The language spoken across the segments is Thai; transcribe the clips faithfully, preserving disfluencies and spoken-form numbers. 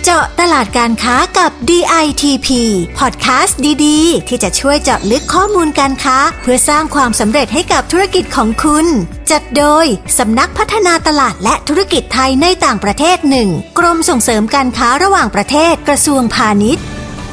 เจาะตลาดการค้ากับ ดี ไอ ที พี พอดแคสต์ดีๆที่จะช่วยเจาะลึกข้อมูลการค้าเพื่อสร้างความสำเร็จให้กับธุรกิจของคุณจัดโดยสำนักพัฒนาตลาดและธุรกิจไทยในต่างประเทศหนึ่งกรมส่งเสริมการค้าระหว่างประเทศกระทรวงพาณิชย์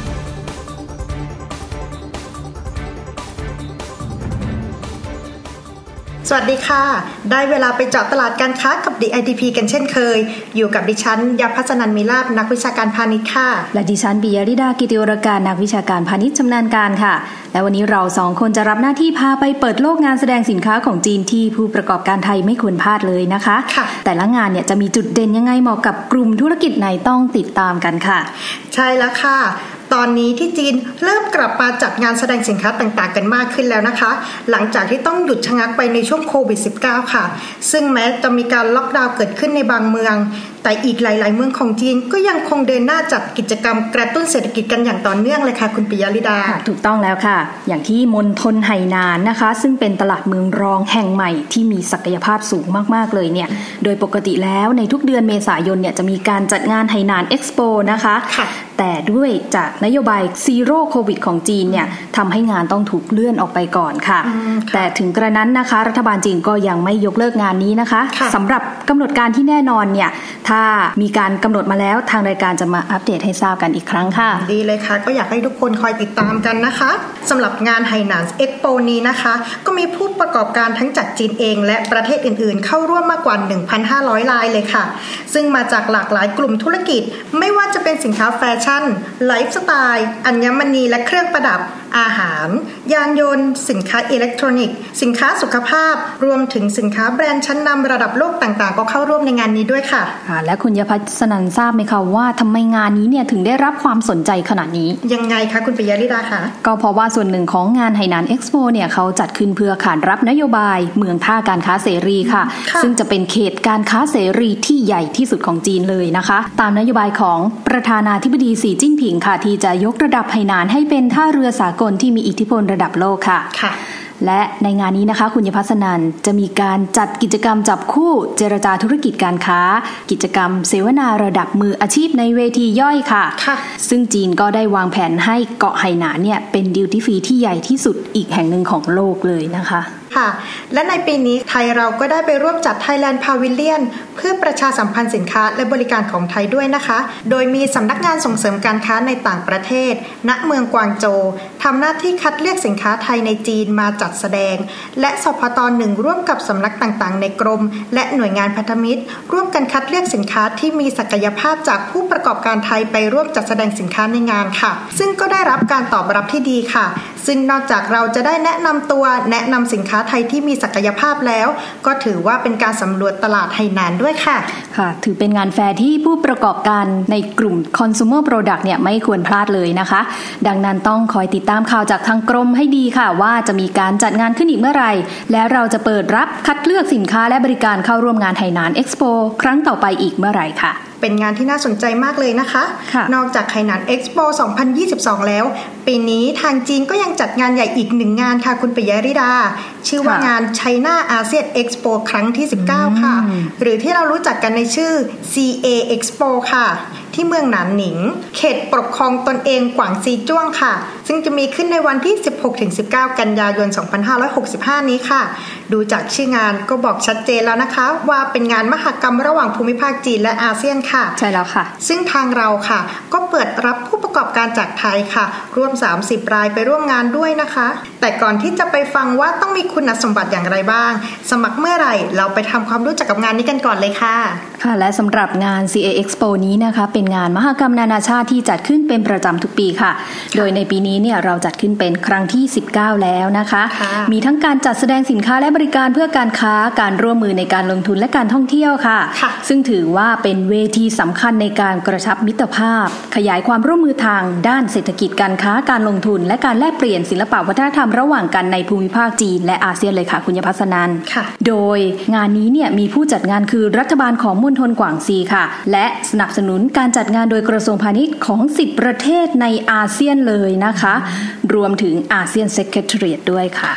สวัสดีค่ะได้เวลาไปเจาะตลาดการค้ากับ ดี ไอ ที พี กันเช่นเคยอยู่กับดิฉันยภัสนันท์มีลาภนักวิชาการพาณิชย์ค่ะและดิฉันปิยริดากิติวรการนักวิชาการพาณิชย์ชำนาญการค่ะและวันนี้เราสองคนจะรับหน้าที่พาไปเปิดโลกงานแสดงสินค้าของจีนที่ผู้ประกอบการไทยไม่ควรพลาดเลยนะคะค่ะแต่ละงานเนี่ยจะมีจุดเด่นยังไงเหมาะกับกลุ่มธุรกิจไหนต้องติดตามกันค่ะใช่แล้วค่ะตอนนี้ที่จีนเริ่มกลับมาจัดงานแสดงสินค้าต่างๆกันมากขึ้นแล้วนะคะหลังจากที่ต้องหยุดชะงักไปในช่วงโควิด สิบเก้า ค่ะซึ่งแม้จะมีการล็อกดาวน์เกิดขึ้นในบางเมืองแต่อีกหลายๆเมืองของจีนก็ยังคงเดินหน้าจัดกิจกรรมกระตุ้นเศรษฐกิจกันอย่างต่อเนื่องเลยค่ะคุณปิยริดาถูกต้องแล้วค่ะอย่างที่มณฑลไหหนานนะคะซึ่งเป็นตลาดเมืองรองแห่งใหม่ที่มีศักยภาพสูงมากๆเลยเนี่ยโดยปกติแล้วในทุกเดือนเมษายนเนี่ยจะมีการจัดงานไหหนานเอ็กซ์โปนะคะแต่ด้วยจากนโยบายซีโร่โควิดของจีนเนี่ยทำให้งานต้องถูกเลื่อนออกไปก่อนค่ะแต่ถึงกระนั้นนะคะรัฐบาลจีนก็ยังไม่ยกเลิกงานนี้นะคะสำหรับกำหนดการที่แน่นอนเนี่ยถ้ามีการกำหนดมาแล้วทางรายการจะมาอัปเดตให้ทราบกันอีกครั้งค่ะดีเลยค่ะก็อยากให้ทุกคนคอยติดตามกันนะคะสำหรับงานไหหนานเอ็กซ์โปนี้นะคะก็มีผู้ประกอบการทั้งจากจีนเองและประเทศอื่นๆเข้าร่วมมากกว่า หนึ่งพันห้าร้อย รายเลยค่ะซึ่งมาจากหลากหลายกลุ่มธุรกิจไม่ว่าจะเป็นสินค้าแฟชั่นไลฟ์สไตล์อัญมณีและเครื่องประดับอาหารยานยนต์สินค้าอิเล็กทรอนิกส์สินค้าสุขภาพรวมถึงสินค้าแบรนด์ชั้นนำระดับโลกต่างๆก็เข้าร่วมในงานนี้ด้วยค่ะและคุณยภัสนันท์ทราบไหมคะว่าทำไมงานนี้เนี่ยถึงได้รับความสนใจขนาดนี้ยังไงคะคุณปิยริดาคะก็เพราะว่าส่วนหนึ่งของงานไหหนานเอ็กซ์โปเนี่ยเขาจัดขึ้นเพื่อขานรับนโยบายเมืองท่าการค้าเสรีค่ะซึ่งจะเป็นเขตการค้าเสรีที่ใหญ่ที่สุดของจีนเลยนะคะตามนโยบายของประธานาธิบดีสีจิ้นผิงค่ะที่จะยกระดับไหหนานให้เป็นท่าเรือสากลที่มีอิทธิพลระดับโลกค่ะค่ะและในงานนี้นะคะคุณยภัสนันท์จะมีการจัดกิจกรรมจับคู่เจรจาธุรกิจการค้ากิจกรรมเสวนาระดับมืออาชีพในเวทีย่อยค่ะค่ะซึ่งจีนก็ได้วางแผนให้เกาะไหหนานเนี่ยเป็นดิวตี้ฟรีที่ใหญ่ที่สุดอีกแห่งหนึ่งของโลกเลยนะคะค่ะและในปีนี้ไทยเราก็ได้ไปร่วมจัด Thailand Pavilion เพื่อประชาสัมพันธ์สินค้าและบริการของไทยด้วยนะคะโดยมีสำนักงานส่งเสริมการค้าในต่างประเทศณเมืองกวางโจวทำหน้าที่คัดเลือกสินค้าไทยในจีนมาจัดแสดงและสพตหนึ่งร่วมกับสำนักต่างๆในกรมและหน่วยงานพันธมิตรร่วมกันคัดเลือกสินค้าที่มีศักยภาพจากผู้ประกอบการไทยไปร่วมจัดแสดงสินค้าในงานค่ะซึ่งก็ได้รับการตอบรับที่ดีค่ะซึ่งนอกจากเราจะได้แนะนำตัวแนะนำสินค้าไทยที่มีศักยภาพแล้วก็ถือว่าเป็นการสำรวจตลาดไหหนานด้วยค่ะค่ะถือเป็นงานแฟร์ที่ผู้ประกอบการในกลุ่ม consumer product เนี่ยไม่ควรพลาดเลยนะคะดังนั้นต้องคอยติดตามข่าวจากทางกรมให้ดีค่ะว่าจะมีการจัดงานขึ้นอีกเมื่อไหร่และเราจะเปิดรับคัดเลือกสินค้าและบริการเข้าร่วมงานไหหนานเอ็กซ์โปครั้งต่อไปอีกเมื่อไหร่ค่ะเป็นงานที่น่าสนใจมากเลยนะคะนอกจากไหหนานเอ็กซ์โปสองพันยี่สิบสองแล้วปีนี้ทางจีนก็ยังจัดงานใหญ่อีกหนึ่งงานค่ะคุณปิยริดาชื่อว่างาน China ASEAN Expo ครั้งที่สิบเก้าค่ะหรือที่เรารู้จักกันในชื่อ ซี เอ Expo ค่ะที่เมืองหนานหนิงเขตปกครองตนเองกวางซีจ้วงค่ะซึ่งจะมีขึ้นในวันที่ สิบหกถึงสิบเก้า กันยายน สองพันห้าร้อยหกสิบห้า นี้ค่ะดูจากชื่องานก็บอกชัดเจนแล้วนะคะว่าเป็นงานมหกรรมระหว่างภูมิภาคจีนและอาเซียนค่ะใช่แล้วค่ะซึ่งทางเราค่ะก็เปิดรับผู้ประกอบการจากไทยค่ะร่วมสามสิบรายไปร่วมงานด้วยนะคะแต่ก่อนที่จะไปฟังว่าต้องมีคุณสมบัติอย่างไรบ้างสมัครเมื่อไหร่เราไปทำความรู้จักกับงานนี้กันก่อนเลยค่ะค่ะและสำหรับงาน ซี เอ Expo นี้นะคะเป็นงานมหกรรมนานาชาติที่จัดขึ้นเป็นประจำทุกปีค่ะโดยในปีนี้เนี่ยเราจัดขึ้นเป็นครั้งที่สิบเก้าแล้วนะคะมีทั้งการจัดแสดงสินค้าและบริการเพื่อการค้าการร่วมมือในการลงทุนและการท่องเที่ยวค่ะซึ่งถือว่าเป็นเวทีสำคัญในการกระชับมิตรภาพขยายความร่วมมือทางด้านเศรษฐกิจการค้าการลงทุนและการแลกเปลี่ยนศิลปวัฒนธรรมระหว่างกันในภูมิภาคจีนและอาเซียนเลยค่ะคุณยภัสนันท์โดยงานนี้เนี่ยมีผู้จัดงานคือรัฐบาลของมณฑลกวางซีค่ะและสนับสนุนการจัดงานโดยกระทรวงพาณิชย์ของสิบประเทศในอาเซียนเลยนะคะรวมถึงอาเซียนเซคเรทเรียตด้วยค่ะ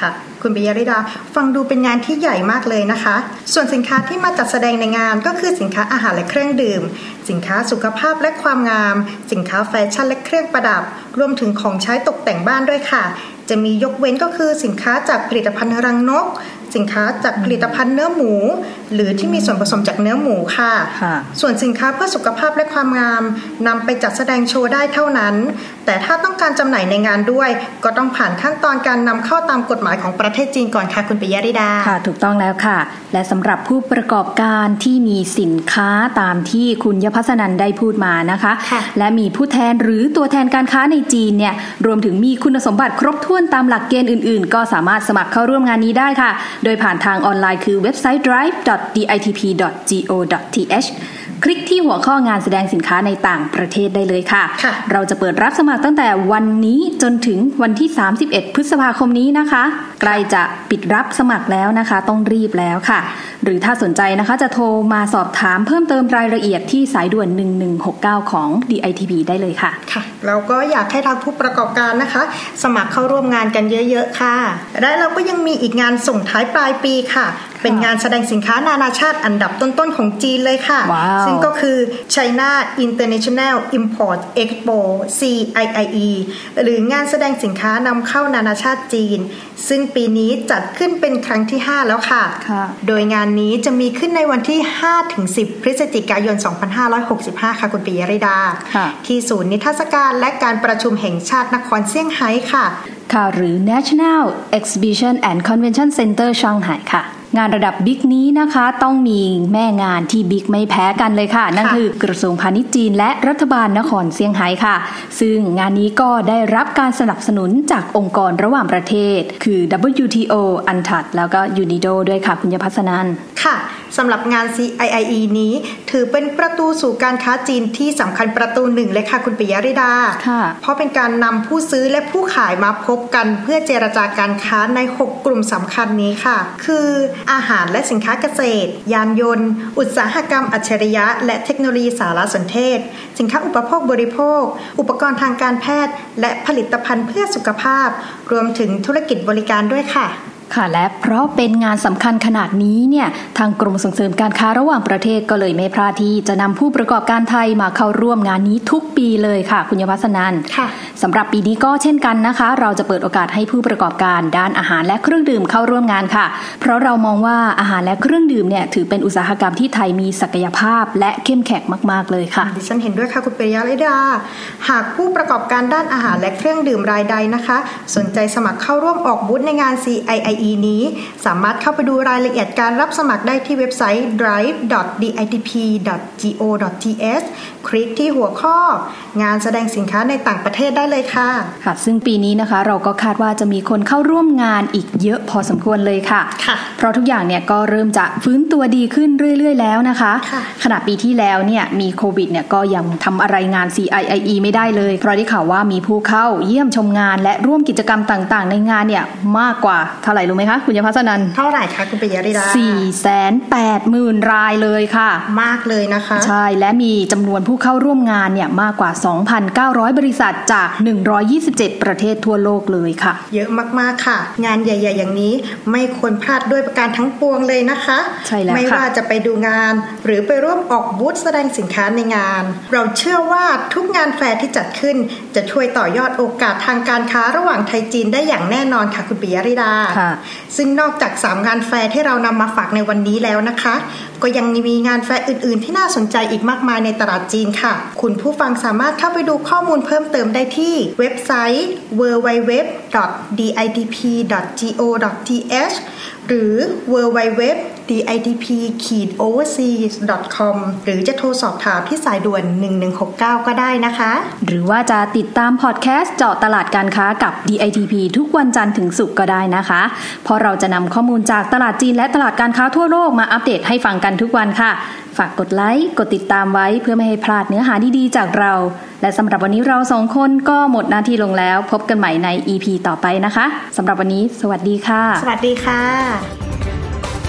คุณปิยริดาฟังดูเป็นงานที่ใหญ่มากเลยนะคะส่วนสินค้าที่มาจัดแสดงในงานก็คือสินค้าอาหารและเครื่องดื่มสินค้าสุขภาพและความงามสินค้าแฟชั่นและเครื่องประดับรวมถึงของใช้ตกแต่งบ้านด้วยค่ะจะมียกเว้นก็คือสินค้าจากผลิตภัณฑ์รังนกสินค้าจากผลิตภัณฑ์เนื้อหมูหรือที่มีส่วนผสมจากเนื้อหมูค่ะส่วนสินค้าเพื่อสุขภาพและความงามนำไปจัดแสดงโชว์ได้เท่านั้นแต่ถ้าต้องการจำหน่ายในงานด้วยก็ต้องผ่านขั้นตอนการนำเข้าตามกฎหมายของประเทศจีนก่อนค่ะคุณปิยริดาค่ะถูกต้องแล้วค่ะและสำหรับผู้ประกอบการที่มีสินค้าตามที่คุณยภัสนันท์ได้พูดมานะคะและมีผู้แทนหรือตัวแทนการค้าในจีนเนี่ยรวมถึงมีคุณสมบัติครบถ้วนตามหลักเกณฑ์อื่นๆก็สามารถสมัครเข้าร่วมงานนี้ได้ค่ะโดยผ่านทางออนไลน์คือเว็บไซต์ ไดรฟ์ ดอท ดี ไอ ที พี ดอท จี โอ ดอท ที เอช คลิกที่หัวข้องานแสดงสินค้าในต่างประเทศได้เลยค่ะเราจะเปิดรับสมัครตั้งแต่วันนี้จนถึงวันที่สามสิบเอ็ดพฤษภาคมนี้นะคะใกล้จะปิดรับสมัครแล้วนะคะต้องรีบแล้วค่ะหรือถ้าสนใจนะคะจะโทรมาสอบถามเพิ่มเติมรายละเอียดที่สายด่วนหนึ่งหนึ่งหกเก้าของ ดี ไอ ที พี ได้เลยค่ะค่ะเราก็อยากให้ทางผู้ประกอบการนะคะสมัครเข้าร่วมงานกันเยอะๆค่ะและเราก็ยังมีอีกงานส่งท้ายปลายปีค่ะเป็นงานแสดงสินค้านานาชาติอันดับต้นๆของจีนเลยค่ะ wow. ซึ่งก็คือ China International Import Expo ซี ไอ ไอ อี หรืองานแสดงสินค้านำเข้านานาชาติจีนซึ่งปีนี้จัดขึ้นเป็นครั้งที่ห้าแล้วค่ะ โดยงานนี้จะมีขึ้นในวันที่ ห้าถึงสิบ พฤศจิกายน สองพันห้าร้อยหกสิบห้า ค่ะคุณปิยริดาที่ศูนย์นิทรรศการและการประชุมแห่งชาตินครเซี่ยงไฮ้ค่ะค่ะหรือ National Exhibition and Convention Center ช่างไห่ค่ะงานระดับบิ๊กนี้นะคะต้องมีแม่งานที่บิ๊กไม่แพ้กันเลยค่ะนั่นคือกระทรวงพาณิชย์จีนและรัฐบาลนครเซี่ยงไฮ้ค่ะซึ่งงานนี้ก็ได้รับการสนับสนุนจากองค์กรระหว่างประเทศคือ ดับเบิลยู ที โอ อันทัดแล้วก็ ยูนิโด ด้วยค่ะคุณยภัสนันท์ค่ะสำหรับงาน ซี ไอ ไอ อี นี้ถือเป็นประตูสู่การค้าจีนที่สำคัญประตูหนึ่งเลยค่ะคุณปิยริดาเพราะเป็นการนำผู้ซื้อและผู้ขายมาพบกันเพื่อเจรจาการค้าในหกกลุ่มสำคัญนี้ค่ะคืออาหารและสินค้าเกษตรยานยนต์อุตสาหกรรมอัจฉริยะและเทคโนโลยีสารสนเทศสินค้าอุปโภคบริโภคอุปกรณ์ทางการแพทย์และผลิตภัณฑ์เพื่อสุขภาพรวมถึงธุรกิจบริการด้วยค่ะค่ะและเพราะเป็นงานสำคัญขนาดนี้เนี่ยทางกรมส่งเสริมการค้าระหว่างประเทศก็เลยไม่พลาดที่จะนำผู้ประกอบการไทยมาเข้าร่วมงานนี้ทุกปีเลยค่ะคุณยภัสนันท์ค่ะสำหรับปีนี้ก็เช่นกันนะคะเราจะเปิดโอกาสให้ผู้ประกอบการด้านอาหารและเครื่องดื่มเข้าร่วมงานค่ะเพราะเรามองว่าอาหารและเครื่องดื่มเนี่ยถือเป็นอุตสาหกรรมที่ไทยมีศักยภาพและเข้มแข็งมากๆเลยค่ะดิฉันเห็นด้วยค่ะคุณปิยริดาหากผู้ประกอบการด้านอาหารและเครื่องดื่มรายใดนะคะสนใจสมัครเข้าร่วมออกบูธในงาน ซี ไอ ไอ อี นี้สามารถเข้าไปดูรายละเอียดการรับสมัครได้ที่เว็บไซต์ ไดรฟ์ ดอท ดี ไอ ที พี ดอท จี โอ ดอท ที เอช คลิกที่หัวข้องานแสดงสินค้าในต่างประเทศได้เลยค่ะค่ะซึ่งปีนี้นะคะเราก็คาดว่าจะมีคนเข้าร่วมงานอีกเยอะพอสมควรเลยค่ะค่ะเพราะทุกอย่างเนี่ยก็เริ่มจะฟื้นตัวดีขึ้นเรื่อยๆแล้วนะคะค่ะขณะปีที่แล้วเนี่ยมีโควิดเนี่ยก็ยังทำอะไรงาน ซี ไอ ไอ อี ไม่ได้เลยเพราะได้ข่าวว่ามีผู้เข้าเยี่ยมชมงานและร่วมกิจกรรมต่างๆในงานเนี่ยมากกว่าเท่าไหร่รู้ไหมคะคุณยภัสนันท์เท่าไหร่คะคุณปิยริดาสี่แสนแปดหมื่น รายเลยค่ะมากเลยนะคะใช่และมีจำนวนผู้เข้าร่วมงานเนี่ยมากกว่า สองพันเก้าร้อย บริษัทจากหนึ่งร้อยยี่สิบเจ็ดประเทศทั่วโลกเลยค่ะเยอะมากๆค่ะงานใหญ่ๆอย่างนี้ไม่ควรพลาดด้วยประการทั้งปวงเลยนะคะใช่แล้วค่ะไม่ว่าจะไปดูงานหรือไปร่วมออกบูธแสดงสินค้าในงานเราเชื่อว่าทุกงานแฟร์ที่จัดขึ้นจะช่วยต่อยอดโอกาสทางการค้าระหว่างไทยจีนได้อย่างแน่นอนค่ะคุณปิยริดาซึ่งนอกจากสามงานแฟร์ที่เรานำมาฝากในวันนี้แล้วนะคะก็ยังมีงานแฟร์อื่นๆที่น่าสนใจอีกมากมายในตลาดจีนค่ะคุณผู้ฟังสามารถเข้าไปดูข้อมูลเพิ่มเติมได้ที่เว็บไซต์ ดับเบิลยู ดับเบิลยู ดับเบิลยู ดอท ดี ไอ ที พี ดอท จี โอ ดอท ที เอช หรือ ดับเบิลยู ดับเบิลยู ดับเบิลยู ดอท ดี ไอ ที พี โอเวอร์ซีส ดอท คอม หรือจะโทรสอบถามที่สายด่วนหนึ่งหนึ่งหกเก้าก็ได้นะคะหรือว่าจะติดตามพอดแคสต์เจาะตลาดการค้ากับ ดี ไอ ที พี ทุกวันจันทร์ถึงศุกร์ก็ได้นะคะเพราะเราจะนำข้อมูลจากตลาดจีนและตลาดการค้าทั่วโลกมาอัปเดตให้ฟังกันทุกวันค่ะฝากกดไลค์กดติดตามไว้เพื่อไม่ให้พลาดเนื้อหาดีๆจากเราและสำหรับวันนี้เราสองคนก็หมดหน้าที่ลงแล้วพบกันใหม่ใน อี พี ต่อไปนะคะสำหรับวันนี้สวัสดีค่ะสวัสดีค่ะ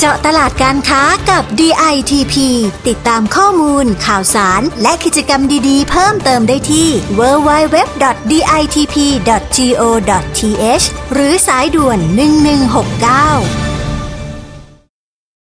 เจาะตลาดการค้ากับ ดี ไอ ที พี ติดตามข้อมูลข่าวสารและกิจกรรมดีๆเพิ่มเติมได้ที่ ดับเบิลยู ดับเบิลยู ดับเบิลยู ดอท ดี ไอ ที พี ดอท โก ดอท ที เอช หรือสายด่วนหนึ่งหนึ่งหกเก้า